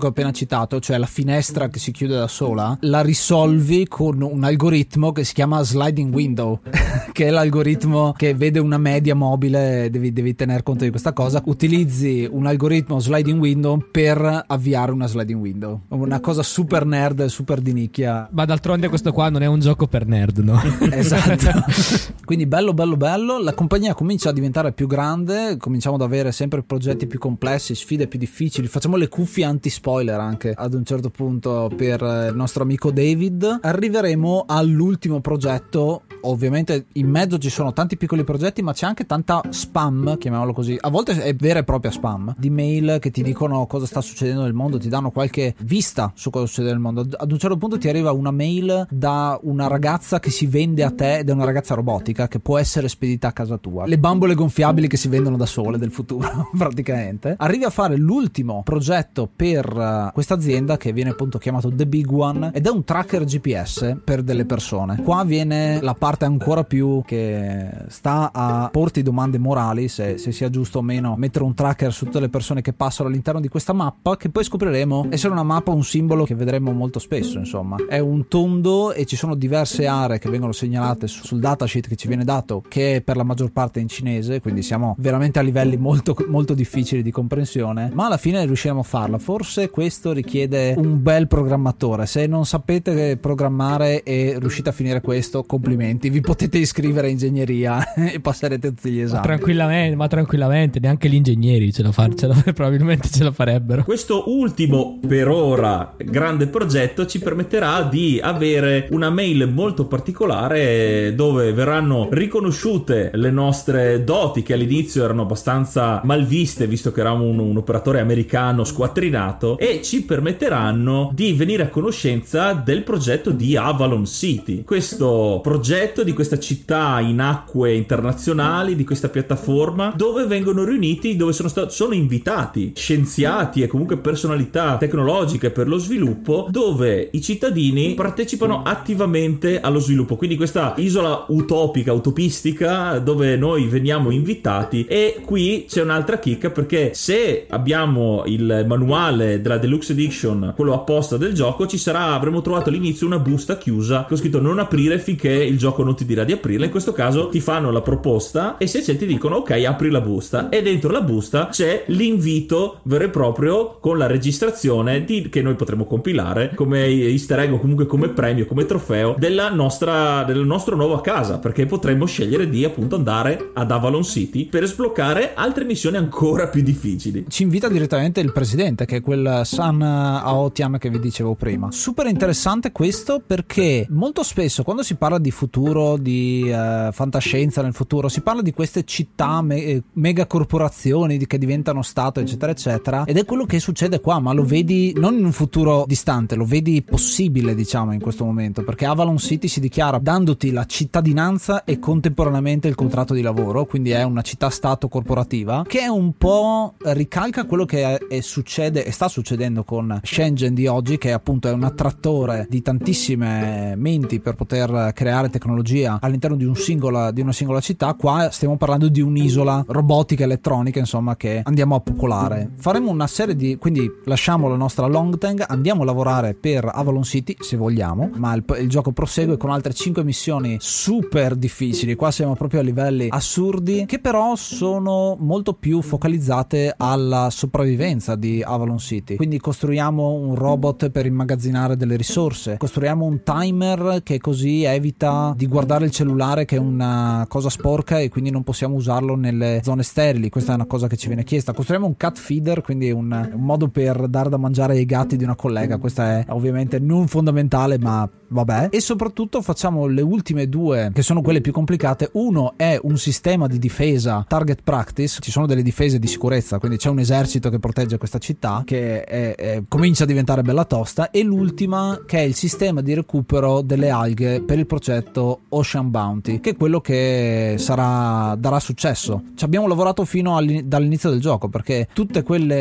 B: che ho appena citato, cioè la finestra che si chiude da sola, la risolvi con un algoritmo che si chiama sliding window che è l'algoritmo che vede una media mobile. Devi, devi tener conto di questa cosa. Utilizzi un algoritmo sliding window per avviare una sliding window, una cosa super nerd, super di nicchia.
C: Ma d'altronde questo qua non è un gioco per nerd, no?
B: Esatto. Quindi bello bello bello, la compagnia comincia a diventare più grande, cominciamo ad avere sempre progetti più complessi, sfide più difficili, facciamo le cuffie anti spoiler anche ad un certo punto per il nostro amico David. Arriveremo all'ultimo progetto, ovviamente in mezzo ci sono tanti piccoli progetti, ma c'è anche tanta spam, chiamiamolo così, a volte è vera e propria spam, di mail che ti dicono cosa sta succedendo nel mondo, ti danno qualche vista su cosa succede nel mondo. Ad un certo punto ti arriva una mail da una ragazza che si vende a te, ed è una ragazza robotica che può essere spedita a casa tua, le bambole gonfiabili che si vendono da sole del futuro praticamente. Arrivi a fare l'ultimo progetto per uh, questa azienda che viene appunto chiamato The Big One, ed è un tracker G P S per delle persone. Qua viene la parte ancora più che sta a porti domande morali, se, se sia giusto o meno mettere un tracker su tutte le persone che passano all'interno di questa mappa, che poi scopriremo essere una mappa, un simbolo che vedremo molto spesso. Insomma, è un tondo e ci sono diverse aree che vengono segnalate sul datasheet che ci viene dato, che per la maggior parte è in cinese, quindi siamo veramente a livelli molto molto difficili di comprensione, ma alla fine riusciremo a farla. Forse questo richiede un bel programmatore. Se non sapete programmare e riuscite a finire questo, complimenti, vi potete iscrivere a ingegneria e passerete tutti gli esami.
C: Ma tranquillamente, ma tranquillamente, neanche gli ingegneri ce la fanno, probabilmente ce la farebbero.
A: Questo ultimo, per ora, grande progetto ci permetterà di avere una mail molto particolare dove verranno riconosciute le nostre doti, che all'inizio erano abbastanza malviste visto che eravamo un, un operatore americano squattrinato, e ci permetteranno di venire a conoscenza del progetto di Avalon City, questo progetto di questa città in acque internazionali, di questa piattaforma dove vengono riuniti, dove sono stati sono invitati scienziati e comunque personalità tecnologiche per lo sviluppo, dove i cittadini partecipano attivamente allo sviluppo. Quindi questa isola utopica, utopistica, dove noi veniamo invitati. E qui c'è un'altra chicca, perché se abbiamo il manuale della Deluxe Edition, quello apposta del gioco, ci sarà, avremo trovato all'inizio una busta chiusa con scritto non aprire finché il gioco non ti dirà di aprirla. In questo caso ti fanno la proposta e se c'è ti dicono ok, apri la busta, e dentro la busta c'è l'invito vero e proprio con la registrazione di, che noi potremo compilare come easter egg o comunque come premio, come trofeo della nostra della nostra nuova casa, perché potremmo scegliere di appunto andare ad Avalon City per sbloccare altre missioni ancora più difficili.
B: Ci invita direttamente il presidente, che è quel San Aotian che vi dicevo prima. Super interessante questo, perché molto spesso quando si parla di futuro, di eh, fantascienza nel futuro, si parla di queste città me- mega corporazioni che diventano stato eccetera eccetera, ed è quello che succede qua, ma lo vedi non in un futuro distante, lo vedi possibile diciamo in questo momento, perché Avalon City si dichiara dandoti la cittadinanza e contemporaneamente il contratto di lavoro, quindi è una città stato corporativa che è un po' ricalca quello che è, è succede e sta succedendo con Shenzhen di oggi, che appunto è un attrattore di tantissime menti per poter creare tecnologia all'interno di un singola di una singola città. Qua stiamo parlando di un'isola robotica elettronica, insomma, che andiamo a popolare. Faremo una serie di, quindi lasciamo la nostra long tank, andiamo a lavorare per Avalon City se vogliamo, ma il, il gioco prosegue con altre cinque missioni super difficili. Qua siamo proprio a livelli assurdi, che però sono molto più focalizzate alla sopravvivenza di Avalon City. Quindi costruiamo un robot per immagazzinare delle risorse, costruiamo un timer che così evita di guardare il cellulare, che è una cosa sporca e quindi non possiamo usarlo nelle zone sterili. Questa è una cosa che ci viene chiesta. Costruiamo un cat feeder, quindi un, un modo per dare da mangiare ai gatti di una collega. Questa è ovviamente non fondamentale, ma vabbè. E soprattutto facciamo le ultime due, che sono quelle più complicate. Uno è un sistema di difesa target practice, ci sono delle difese di sicurezza, quindi c'è un esercito che protegge questa città, che è, è, comincia a diventare bella tosta. E l'ultima, che è il sistema di recupero delle alghe per il progetto Ocean Bounty, che è quello che sarà darà successo. Ci abbiamo lavorato fino dall'inizio del gioco, perché tutte quelle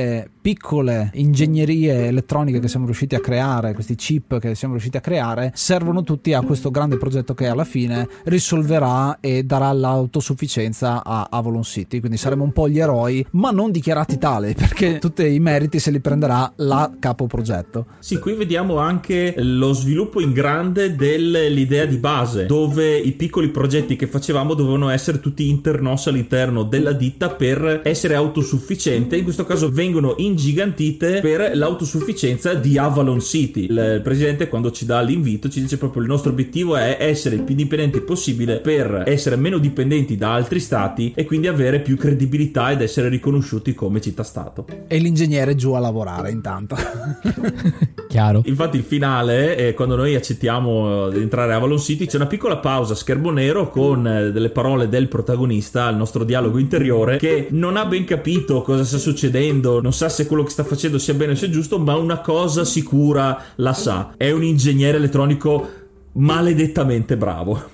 B: piccole ingegnerie elettroniche che siamo riusciti a creare, questi chip che siamo riusciti a creare, servono tutti a questo grande progetto che alla fine risolverà e darà l'autosufficienza a Avalon City. Quindi saremo un po' gli eroi, ma non dichiarati tali, perché tutti i meriti se li prenderà la capo progetto.
A: Sì, qui vediamo anche lo sviluppo in grande dell'idea di base, dove i piccoli progetti che facevamo dovevano essere tutti internos all'interno della ditta per essere autosufficiente. In questo caso vengono ingigantite per l'autosufficienza di Avalon City. Il presidente, quando ci dà l'invito, ci dice proprio: il nostro obiettivo è essere il più indipendenti possibile per essere meno dipendenti da altri stati e quindi avere più credibilità ed essere riconosciuti come città-stato.
B: E l'ingegnere giù a lavorare intanto.
C: Chiaro.
A: Infatti il finale, eh, quando noi accettiamo di entrare a Avalon City, c'è una piccola pausa, schermo nero, con eh, delle parole del protagonista, il nostro dialogo interiore, che non ha ben capito cosa sta succedendo, non sa se quello che sta facendo sia bene o sia giusto, ma una cosa sicura la sa: è un ingegnere elettronico maledettamente bravo.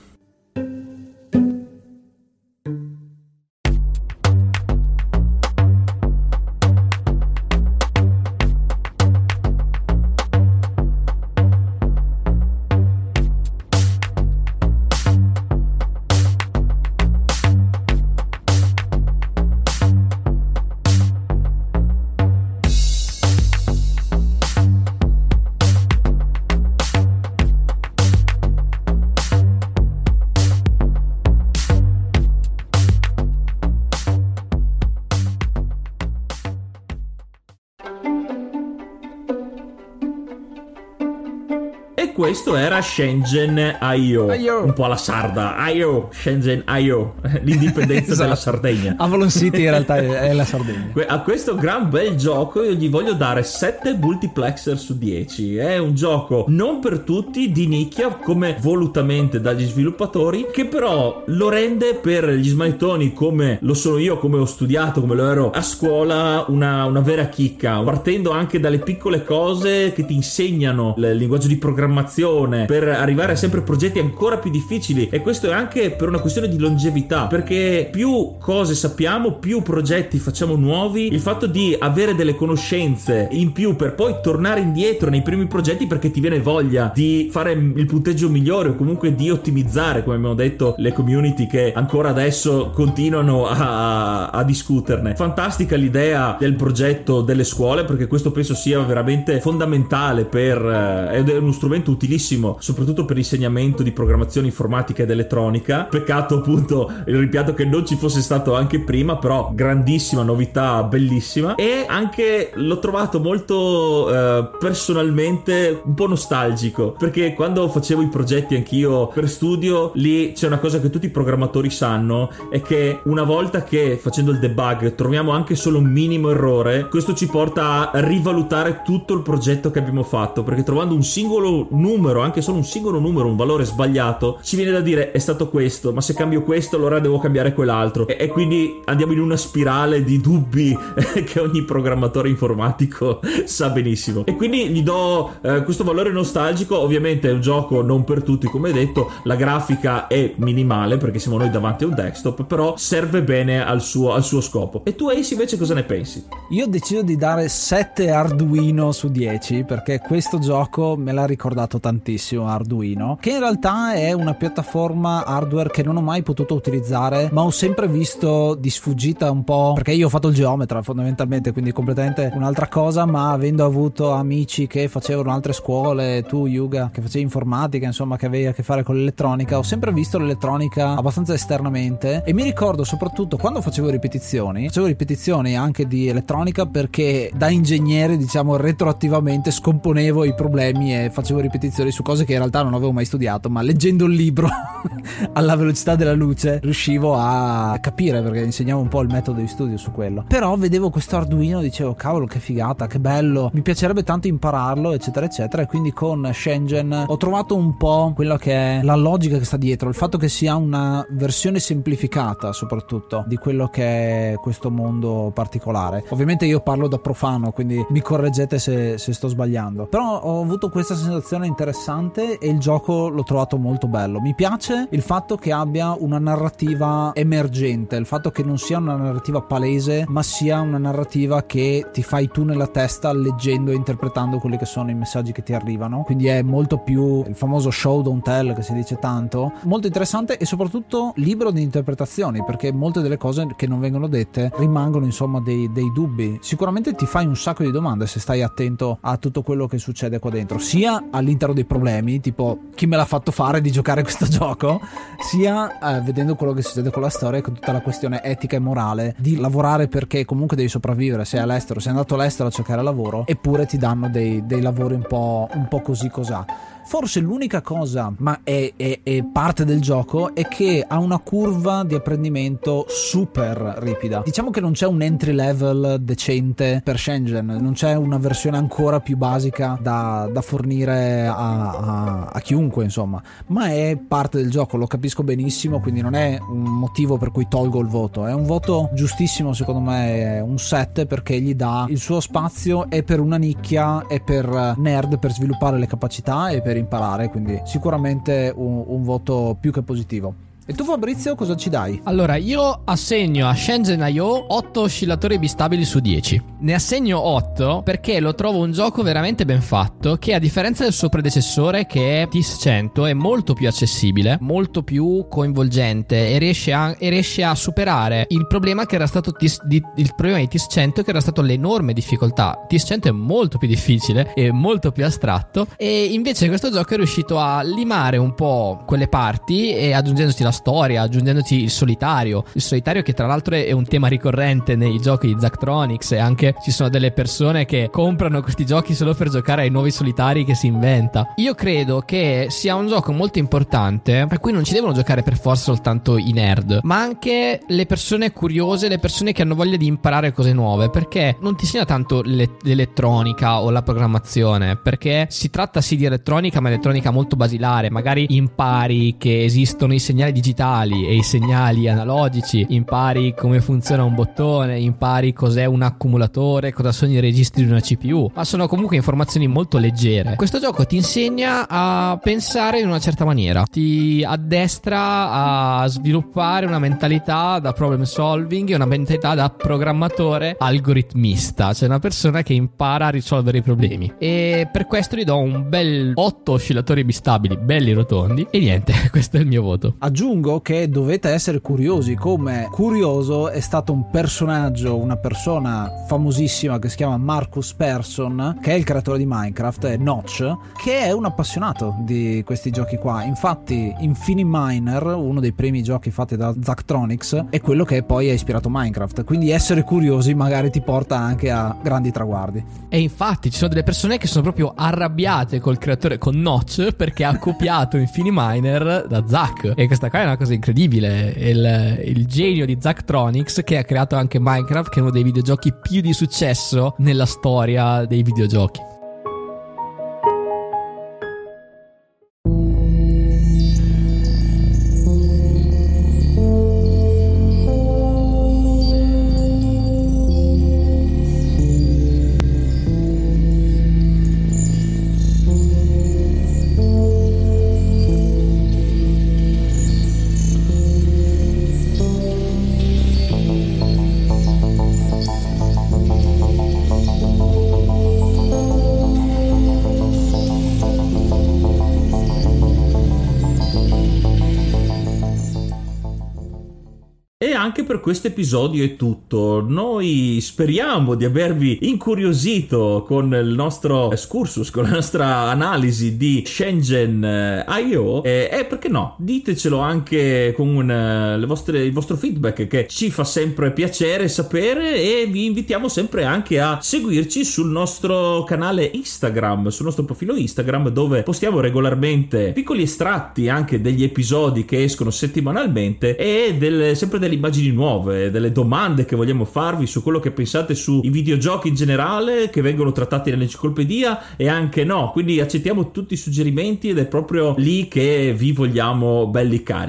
A: Questo era Shenzhen I O, un po' alla sarda, I O, Shenzhen I O, l'indipendenza esatto. della Sardegna.
B: Avalon City in realtà è la Sardegna.
A: A questo gran bel gioco io gli voglio dare sette multiplexer su dieci. È un gioco non per tutti, di nicchia, come volutamente dagli sviluppatori, che però lo rende per gli smanettoni come lo sono io, come ho studiato, come lo ero a scuola, una, una vera chicca, partendo anche dalle piccole cose che ti insegnano il linguaggio di programmazione per arrivare a sempre progetti ancora più difficili. E questo è anche per una questione di longevità, perché più cose sappiamo, più progetti facciamo nuovi. Il fatto di avere delle conoscenze in più per poi tornare indietro nei primi progetti, perché ti viene voglia di fare il punteggio migliore o comunque di ottimizzare, come abbiamo detto, le community che ancora adesso continuano a, a discuterne. Fantastica l'idea del progetto delle scuole, perché questo penso sia veramente fondamentale per eh, ed è uno strumento utilissimo soprattutto per l'insegnamento di programmazione informatica ed elettronica. Peccato appunto, il rimpianto, che non ci fosse stato anche prima, però grandissima novità, bellissima. E anche l'ho trovato molto eh, personalmente un po' nostalgico, perché quando facevo i progetti anch'io per studio, lì c'è una cosa che tutti i programmatori sanno, è che una volta che facendo il debug troviamo anche solo un minimo errore, questo ci porta a rivalutare tutto il progetto che abbiamo fatto, perché trovando un singolo numero, anche solo un singolo numero, un valore sbagliato, ci viene da dire è stato questo, ma se cambio questo allora devo cambiare quell'altro, e, e quindi andiamo in una spirale di dubbi che ogni programmatore informatico sa benissimo. E quindi gli do eh, questo valore nostalgico. Ovviamente è un gioco non per tutti, come detto, la grafica è minimale perché siamo noi davanti a un desktop, però serve bene al suo, al suo scopo. E tu Ace invece cosa ne pensi?
B: Io ho deciso di dare sette Arduino su dieci, perché questo gioco me l'ha ricordato tantissimo Arduino, che in realtà è una piattaforma hardware che non ho mai potuto utilizzare, ma ho sempre visto di sfuggita un po', perché io ho fatto il geometra fondamentalmente, quindi completamente un'altra cosa, ma avendo avuto amici che facevano altre scuole, tu Yuga che facevi informatica, insomma che avevi a che fare con l'elettronica, ho sempre visto l'elettronica abbastanza esternamente. E mi ricordo soprattutto quando facevo ripetizioni facevo ripetizioni anche di elettronica, perché da ingegnere, diciamo, retroattivamente scomponevo i problemi e facevo ripetizioni su cose che in realtà non avevo mai studiato, ma leggendo il libro alla velocità della luce riuscivo a capire, perché insegnavo un po' il metodo di studio su quello. Però vedevo questo Arduino e dicevo cavolo che figata, che bello, mi piacerebbe tanto impararlo, eccetera eccetera. E quindi con Shenzhen ho trovato un po' quella che è la logica che sta dietro, il fatto che sia una versione semplificata soprattutto di quello che è questo mondo particolare. Ovviamente io parlo da profano, quindi mi correggete se, se sto sbagliando, però ho avuto questa sensazione interessante e il gioco l'ho trovato molto bello. Mi piace piace il fatto che abbia una narrativa emergente, il fatto che non sia una narrativa palese, ma sia una narrativa che ti fai tu nella testa leggendo e interpretando quelli che sono i messaggi che ti arrivano. Quindi è molto più il famoso show don't tell che si dice tanto, molto interessante e soprattutto libero di interpretazioni, perché molte delle cose che non vengono dette rimangono insomma dei, dei dubbi. Sicuramente ti fai un sacco di domande se stai attento a tutto quello che succede qua dentro, sia all'interno dei problemi, tipo chi me l'ha fatto fare di giocare questo gioco, sia eh, vedendo quello che succede con la storia e con tutta la questione etica e morale di lavorare, perché comunque devi sopravvivere. Sei all'estero, sei andato all'estero a cercare lavoro, eppure ti danno dei, dei lavori un po', un po' così cosà. Forse l'unica cosa, ma è, è, è parte del gioco, è che ha una curva di apprendimento super ripida. Diciamo che non c'è un entry level decente per Shenzhen, non c'è una versione ancora più basica da, da fornire a, a, a chiunque, insomma, ma è parte del gioco, lo capisco benissimo, quindi non è un motivo per cui tolgo il voto. È un voto giustissimo, secondo me, è un sette, perché gli dà il suo spazio, è per una nicchia, è per nerd, per sviluppare le capacità e per imparare, quindi sicuramente un, un voto più che positivo. E tu, Fabrizio, cosa ci dai?
C: Allora, io assegno a Shenzhen I O otto oscillatori bistabili su dieci. Ne assegno otto perché lo trovo un gioco veramente ben fatto, che a differenza del suo predecessore, che è T I S cento, è molto più accessibile, molto più coinvolgente e riesce a, e riesce a superare il problema che era stato T I S, di, il problema di T I S cento, che era stato l'enorme difficoltà. T I S cento è molto più difficile e molto più astratto, e invece questo gioco è riuscito a limare un po' quelle parti e aggiungendoci la storia, aggiungendoci il solitario il solitario che tra l'altro è un tema ricorrente nei giochi di Zachtronics, e anche ci sono delle persone che comprano questi giochi solo per giocare ai nuovi solitari che si inventa. Io credo che sia un gioco molto importante, per cui non ci devono giocare per forza soltanto i nerd, ma anche le persone curiose, le persone che hanno voglia di imparare cose nuove, perché non ti insegna tanto l'e- l'elettronica o la programmazione, perché si tratta sì di elettronica, ma elettronica molto basilare. Magari impari che esistono i segnali di digitali e i segnali analogici, impari come funziona un bottone, impari cos'è un accumulatore, cosa sono i registri di una C P U, ma sono comunque informazioni molto leggere. Questo gioco ti insegna a pensare in una certa maniera, ti addestra a sviluppare una mentalità da problem solving e una mentalità da programmatore algoritmista, cioè una persona che impara a risolvere i problemi, e per questo gli do un bel otto oscillatori bistabili belli rotondi. E niente, questo è il mio voto.
B: Aggiungo che dovete essere curiosi, come curioso è stato un personaggio, una persona famosissima che si chiama Marcus Persson, che è il creatore di Minecraft, è Notch, che è un appassionato di questi giochi qua. Infatti Infiniminer, uno dei primi giochi fatti da Zachtronics, è quello che poi ha ispirato Minecraft, quindi essere curiosi magari ti porta anche a grandi traguardi.
C: E infatti ci sono delle persone che sono proprio arrabbiate col creatore, con Notch, perché ha copiato Infiniminer da Zach, e questa qua è una cosa incredibile. Il, il genio di Zachtronics, che ha creato anche Minecraft, che è uno dei videogiochi più di successo nella storia dei videogiochi.
A: Anche per questo episodio è tutto. Noi speriamo di avervi incuriosito con il nostro excursus, con la nostra analisi di Shenzhen I O, e eh, perché no, ditecelo anche con uh, le vostre, il vostro feedback, che ci fa sempre piacere sapere, e vi invitiamo sempre anche a seguirci sul nostro canale Instagram, sul nostro profilo Instagram, dove postiamo regolarmente piccoli estratti anche degli episodi che escono settimanalmente, e delle, sempre delle immagini nuove, delle domande che vogliamo farvi su quello che pensate sui videogiochi in generale, che vengono trattati nell'enciclopedia, e anche no, quindi accettiamo tutti i suggerimenti, ed è proprio lì che vi vogliamo belli carichi.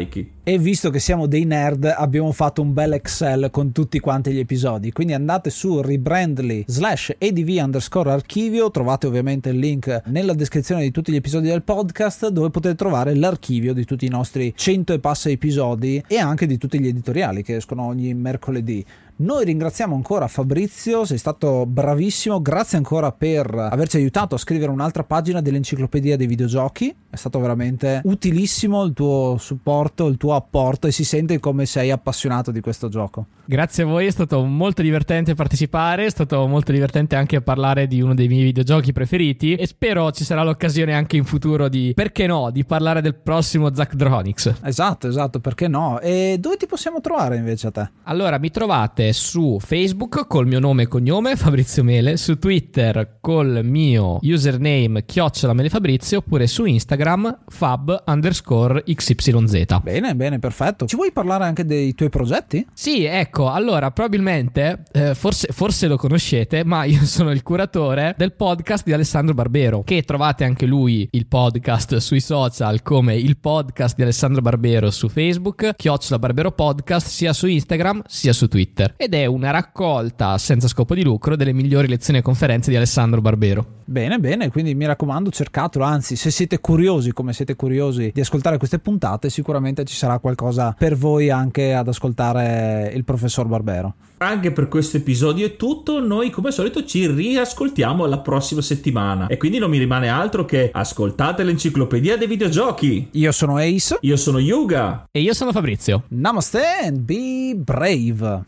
B: E visto che siamo dei nerd, abbiamo fatto un bel Excel con tutti quanti gli episodi, quindi andate su rebrandly slash adv underscore archivio, trovate ovviamente il link nella descrizione di tutti gli episodi del podcast, dove potete trovare l'archivio di tutti i nostri cento e passa episodi e anche di tutti gli editoriali che escono ogni mercoledì. Noi ringraziamo ancora Fabrizio, sei stato bravissimo, grazie ancora per averci aiutato a scrivere un'altra pagina dell'enciclopedia dei videogiochi, è stato veramente utilissimo il tuo supporto, il tuo apporto, e si sente come sei appassionato di questo gioco.
C: Grazie a voi, è stato molto divertente partecipare, è stato molto divertente anche parlare di uno dei miei videogiochi preferiti, e spero ci sarà l'occasione anche in futuro di, perché no, di parlare del prossimo Zachtronics.
B: Esatto, esatto, perché no? E dove ti possiamo trovare invece a te?
C: Allora, mi trovate su Facebook col mio nome e cognome Fabrizio Mele, su Twitter col mio username chiocciola melefabrizio, oppure su Instagram fab underscore xyz.
B: Bene, bene, perfetto. Ci vuoi parlare anche dei tuoi progetti?
C: Sì, ecco, allora probabilmente eh, forse, forse lo conoscete, ma io sono il curatore del podcast di Alessandro Barbero, che trovate anche lui il podcast sui social come il podcast di Alessandro Barbero su Facebook, chiocciola Barbero Podcast, sia su Instagram sia su Twitter. Ed è una raccolta senza scopo di lucro delle migliori lezioni e conferenze di Alessandro Barbero.
B: Bene, bene, quindi mi raccomando, cercatelo, anzi se siete curiosi, come siete curiosi di ascoltare queste puntate, sicuramente ci sarà qualcosa per voi anche ad ascoltare il professor Barbero.
A: Anche per questo episodio è tutto, noi come al solito ci riascoltiamo la prossima settimana e quindi non mi rimane altro che ascoltate l'enciclopedia dei videogiochi.
B: Io sono Ace,
A: io sono Yuga
C: e io sono Fabrizio.
B: Namaste and be brave.